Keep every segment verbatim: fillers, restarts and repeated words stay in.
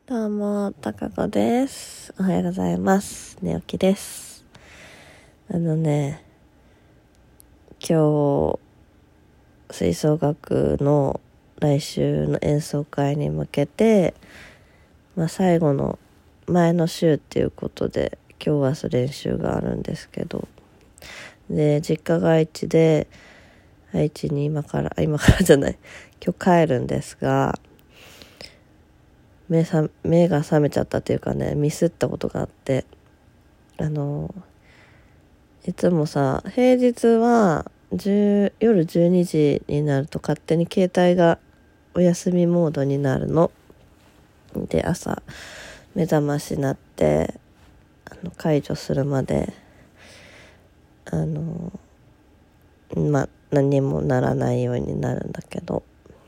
どうも、たかこです。おはようございます。寝起きです。あのね、今日、吹奏楽の来週の演奏会に向けて、まあ最後の前の週っていうことで、今日は練習があるんですけど、で、実家が愛知で、愛知に今から、今からじゃない、今日帰るんですが、目さ目が覚めちゃったっていうかね、ミスったことがあって、あのいつもさ、平日は10夜じゅうにじになると勝手に携帯がお休みモードになるので、朝目覚ましなってあの解除するまであのまあ何もならないようになるんだけど、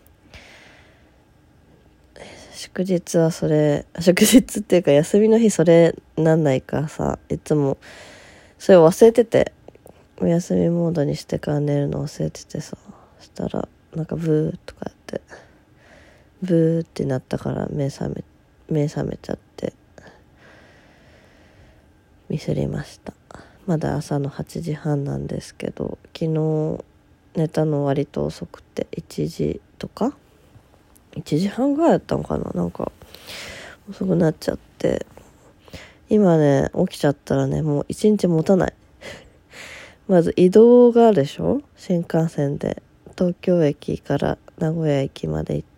祝日はそれ祝日っていうか休みの日それなんないかさ、いつもそれ忘れてて、お休みモードにしてから寝るの忘れててさ、そしたらなんかブーとかやってブーってなったから目覚め目覚めちゃってミスりました。まだ朝のはちじはんなんですけど、昨日寝たの割と遅くていちじとかいちじはんぐらいだったのかな、なんか遅くなっちゃって、今ね起きちゃったらね、もう一日持たない。まず移動があるでしょ、新幹線で東京駅から名古屋駅まで行って、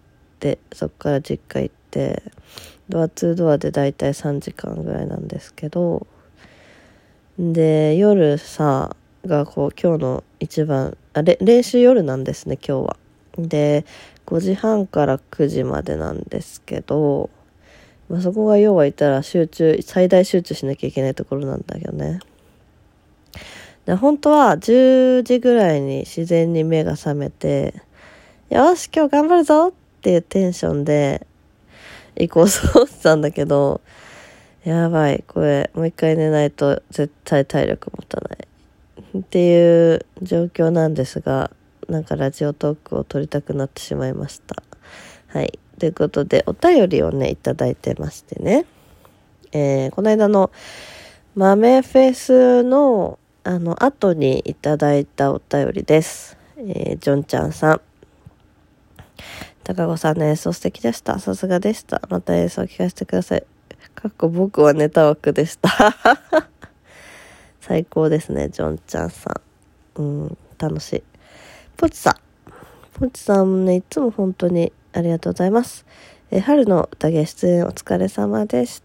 そこから実家行って、ドアツードアでだいたいさんじかんぐらいなんですけど、で夜さがこう今日の一番あれ練習夜なんですね今日は。でごじはんからくじまでなんですけど、まあ、そこが要は言ったら集中最大集中しなきゃいけないところなんだけどね。で本当はじゅうじぐらいに自然に目が覚めて、よし今日頑張るぞっていうテンションで行こうと思ってたんだけど、やばいこれもう一回寝ないと絶対体力持たないっていう状況なんですが、なんかラジオトークを撮りたくなってしまいました。はい、ということでお便りをねいただいてましてね、えー、この間の豆フェスのあの後にいただいたお便りです。えー、ジョンちゃんさん、高子さんの演奏素敵でした。さすがでした。また演奏を聞かせてください。かっこ僕はネタ枠でした最高ですねジョンちゃんさん。うん楽しい。ポチさんポチさんね、いつも本当にありがとうございます。えー、春の宴出演お疲れ様でした。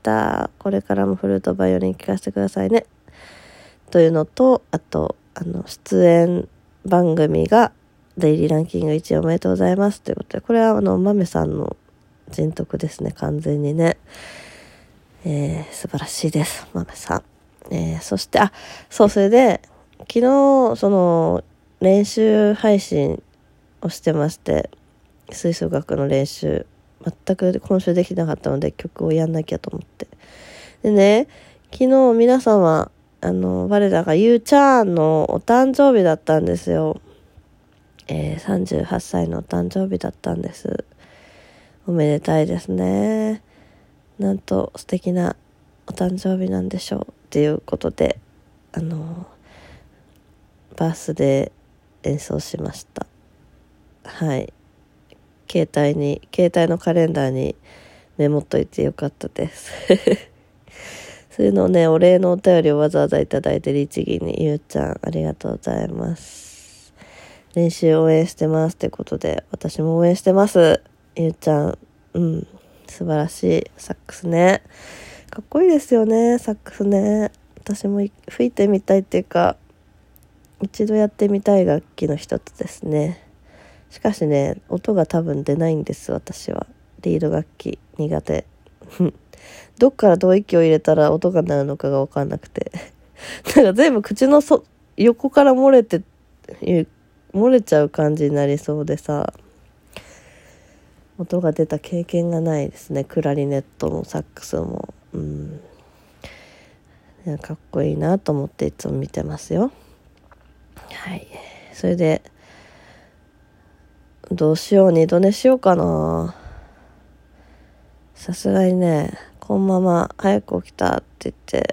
これからもフルートバイオリン聞かせてくださいねというのと、あとあの出演番組がデイリーランキングいちいおめでとうございますということで、これはあの豆さんの人徳ですね、完全にね。えー、素晴らしいです豆さん。えー、そしてあそうそれで昨日その練習配信をしてまして、吹奏楽の練習全く今週できなかったので曲をやんなきゃと思って、でね昨日皆様あの我らがゆうちゃんのお誕生日だったんですよ。えー、さんじゅうはっさいのお誕生日だったんです。おめでたいですね。なんと素敵なお誕生日なんでしょうっていうことで、あのバースで演奏しました。はい、携帯に携帯のカレンダーにメモっといてよかったですそういうのをね、お礼のお便りをわざわざいただいて律儀に、ゆうちゃんありがとうございます。練習応援してますってことで、私も応援してます。ゆうちゃん、うん素晴らしい。サックスねかっこいいですよね、サックスね。私も吹いてみたいっていうか一度やってみたい楽器の一つですね。しかしね音が多分出ないんです、私は。リード楽器苦手どっからどう息を入れたら音が鳴るのかが分かんなくてなんか全部口のそ横から漏れて漏れちゃう感じになりそうでさ、音が出た経験がないですね。クラリネットもサックスも、うん、かっこいいなと思っていつも見てますよ。はい、それでどうしよう、二度寝しようかな。 さすがにね、このまま早く起きたって言って、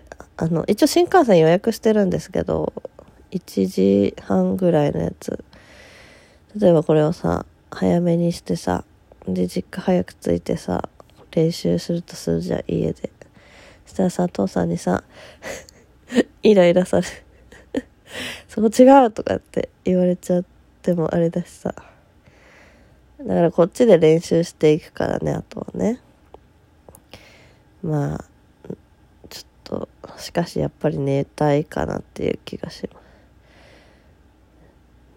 あの、一応新幹線予約してるんですけど、いちじはんぐらいのやつ。例えばこれをさ、早めにしてさ、で、実家早く着いてさ、練習するとするじゃん、家で。そしたらさ、父さんにさ、イライラされそこ違うとかって言われちゃってもあれだしさ。だからこっちで練習していくからね、あとはね。まあ、ちょっと、しかしやっぱり寝たいかなっていう気がします。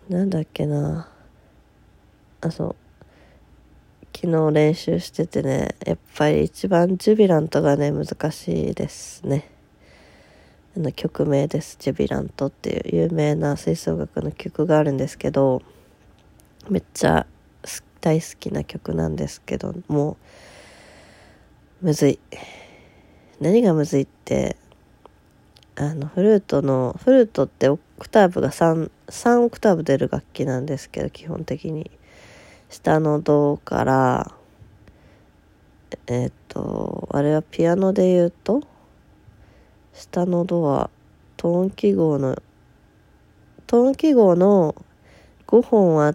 なんだっけな。あ、そう。昨日練習しててね、やっぱり一番ジュビラントがね、難しいですね。あの曲名です。ジュビラントっていう有名な吹奏楽の曲があるんですけど、めっちゃ大好きな曲なんですけど、もうむずい。何がむずいって、あのフルートのフルートってオクターブが 3, 3オクターブ出る楽器なんですけど、基本的に下のドからえっとあれはピアノで言うと下のドはトーン記号のトーン記号のごほんあって、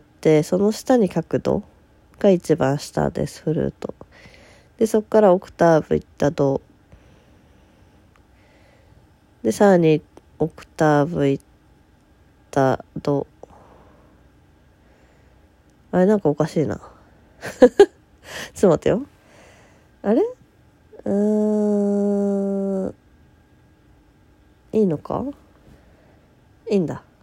その下に角度が一番下です、フルートで。そこからオクターブいったドで、さらにオクターブいったド。あれ、なんかおかしいな。ちょっと待ってよ。あれうーん。いいのかいいんだ。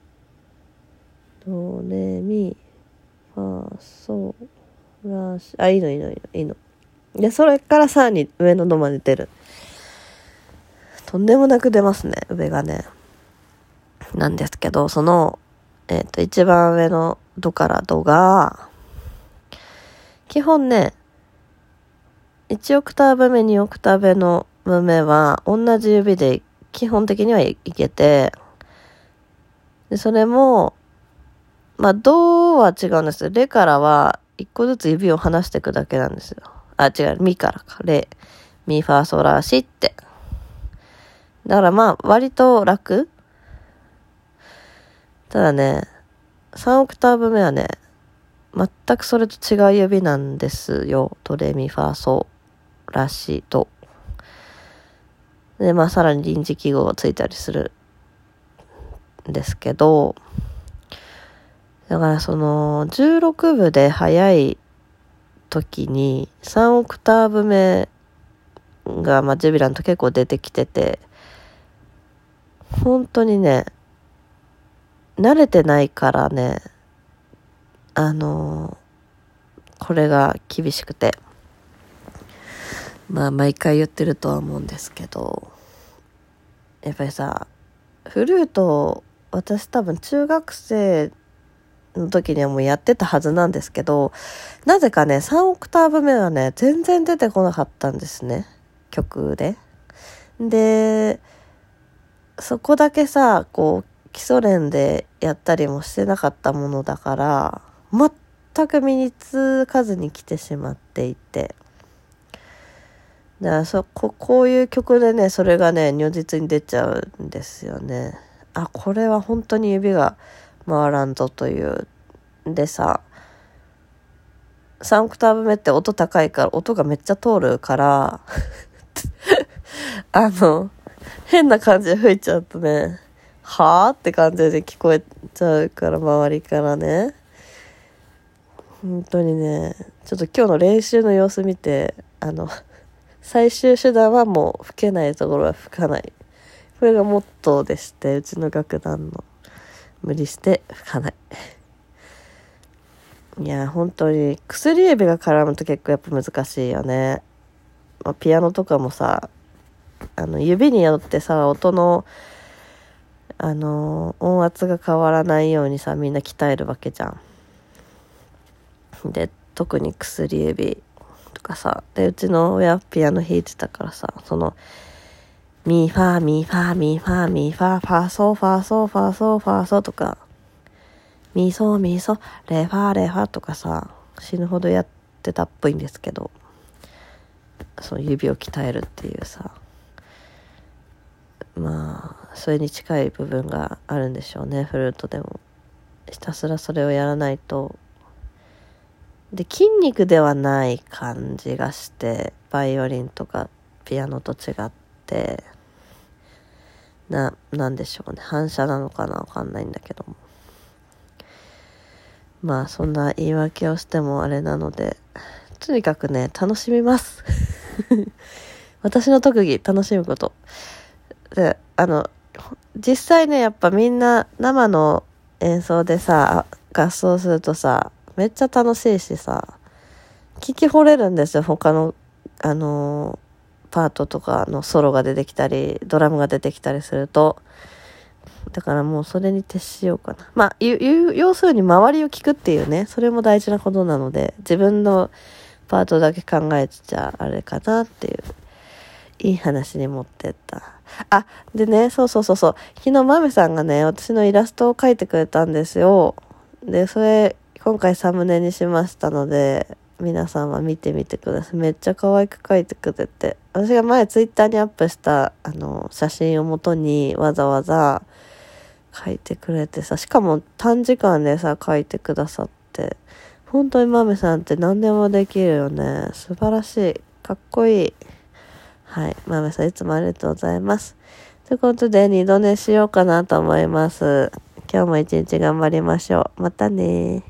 ドレミファソラシ。あ、いいのいいのいいのいいの。で、それからさらに上のドまで出る。とんでもなく出ますね、上がね。なんですけど、その、えっと、一番上のドからドが、基本ね、いちオクターブ目、にオクターブ目のム目は、同じ指で基本的にはいけて、で、それも、まあ、ドは違うんですよ。レからは、一個ずつ指を離していくだけなんですよ。あ、違う、ミからか。レ、ミ、ファ、ソ、ラ、シって。だからまあ、割と楽。ただね、さんオクターブ目はね、全くそれと違う指なんですよ。ドレミファソラシド。で、まあさらに臨時記号がついたりするんですけど、だからそのじゅうろくぶで早い時にさんオクターブ目が、まあ、ジュビラント結構出てきてて、本当にね、慣れてないからね、あのー、これが厳しくて。まあ毎回言ってるとは思うんですけど、やっぱりさ、フルート、私多分中学生の時にはもうやってたはずなんですけど、なぜかね、さんオクターブ目はね、全然出てこなかったんですね。曲で。で、そこだけさ、こう、基礎練でやったりもしてなかったものだから、全く身につかずに来てしまっていて。だからそこ、こういう曲でね、それがね、如実に出ちゃうんですよね。あ、これは本当に指が回らんぞという。でさ、さんオクターブ目って音高いから、音がめっちゃ通るから、あの、変な感じで吹いちゃうとね、はぁって感じで聞こえちゃうから、周りからね。本当にね、ちょっと今日の練習の様子見て、あの、最終手段はもう吹けないところは吹かない。これがモットーでして、うちの楽団の。無理して吹かない。いや、本当に薬指が絡むと結構やっぱ難しいよね。まあ、ピアノとかもさ、あの指によってさ、音のあの音圧が変わらないようにさ、みんな鍛えるわけじゃん。で、特に薬指とかさ、でうちの親ピアノ弾いてたからさ、そのミファミファミファミファファソファソファソファソとか、ミソミソレファレファとかさ、死ぬほどやってたっぽいんですけど、 その指を鍛えるっていうさ、まあそれに近い部分があるんでしょうね。フルートでもひたすらそれをやらないと、で筋肉ではない感じがして、バイオリンとかピアノと違ってな、なんでしょうね、反射なのかな、わかんないんだけども、まあそんな言い訳をしてもあれなので、とにかくね楽しみます私の特技、楽しむことで、あの実際ね、やっぱみんな生の演奏でさ合奏するとさめっちゃ楽しいしさ、聞き惚れるんですよ。他のあのー、パートとかのソロが出てきたりドラムが出てきたりすると、だからもうそれに徹しようかな。まあ要するに周りを聞くっていうね、それも大事なことなので、自分のパートだけ考えちゃあれかなっていう、いい話に持ってった。あ、でね、そうそうそうそう、昨日まめさんがね私のイラストを描いてくれたんですよ。でそれ今回サムネにしましたので、皆さんは見てみてください。めっちゃ可愛く描いてくれて、私が前ツイッターにアップしたあの写真をもとにわざわざ描いてくれてさ、しかも短時間でさ描いてくださって、本当にまめさんって何でもできるよね。素晴らしい、かっこいい。はい、まめさんいつもありがとうございます。ということで二度寝しようかなと思います。今日も一日頑張りましょう。またね。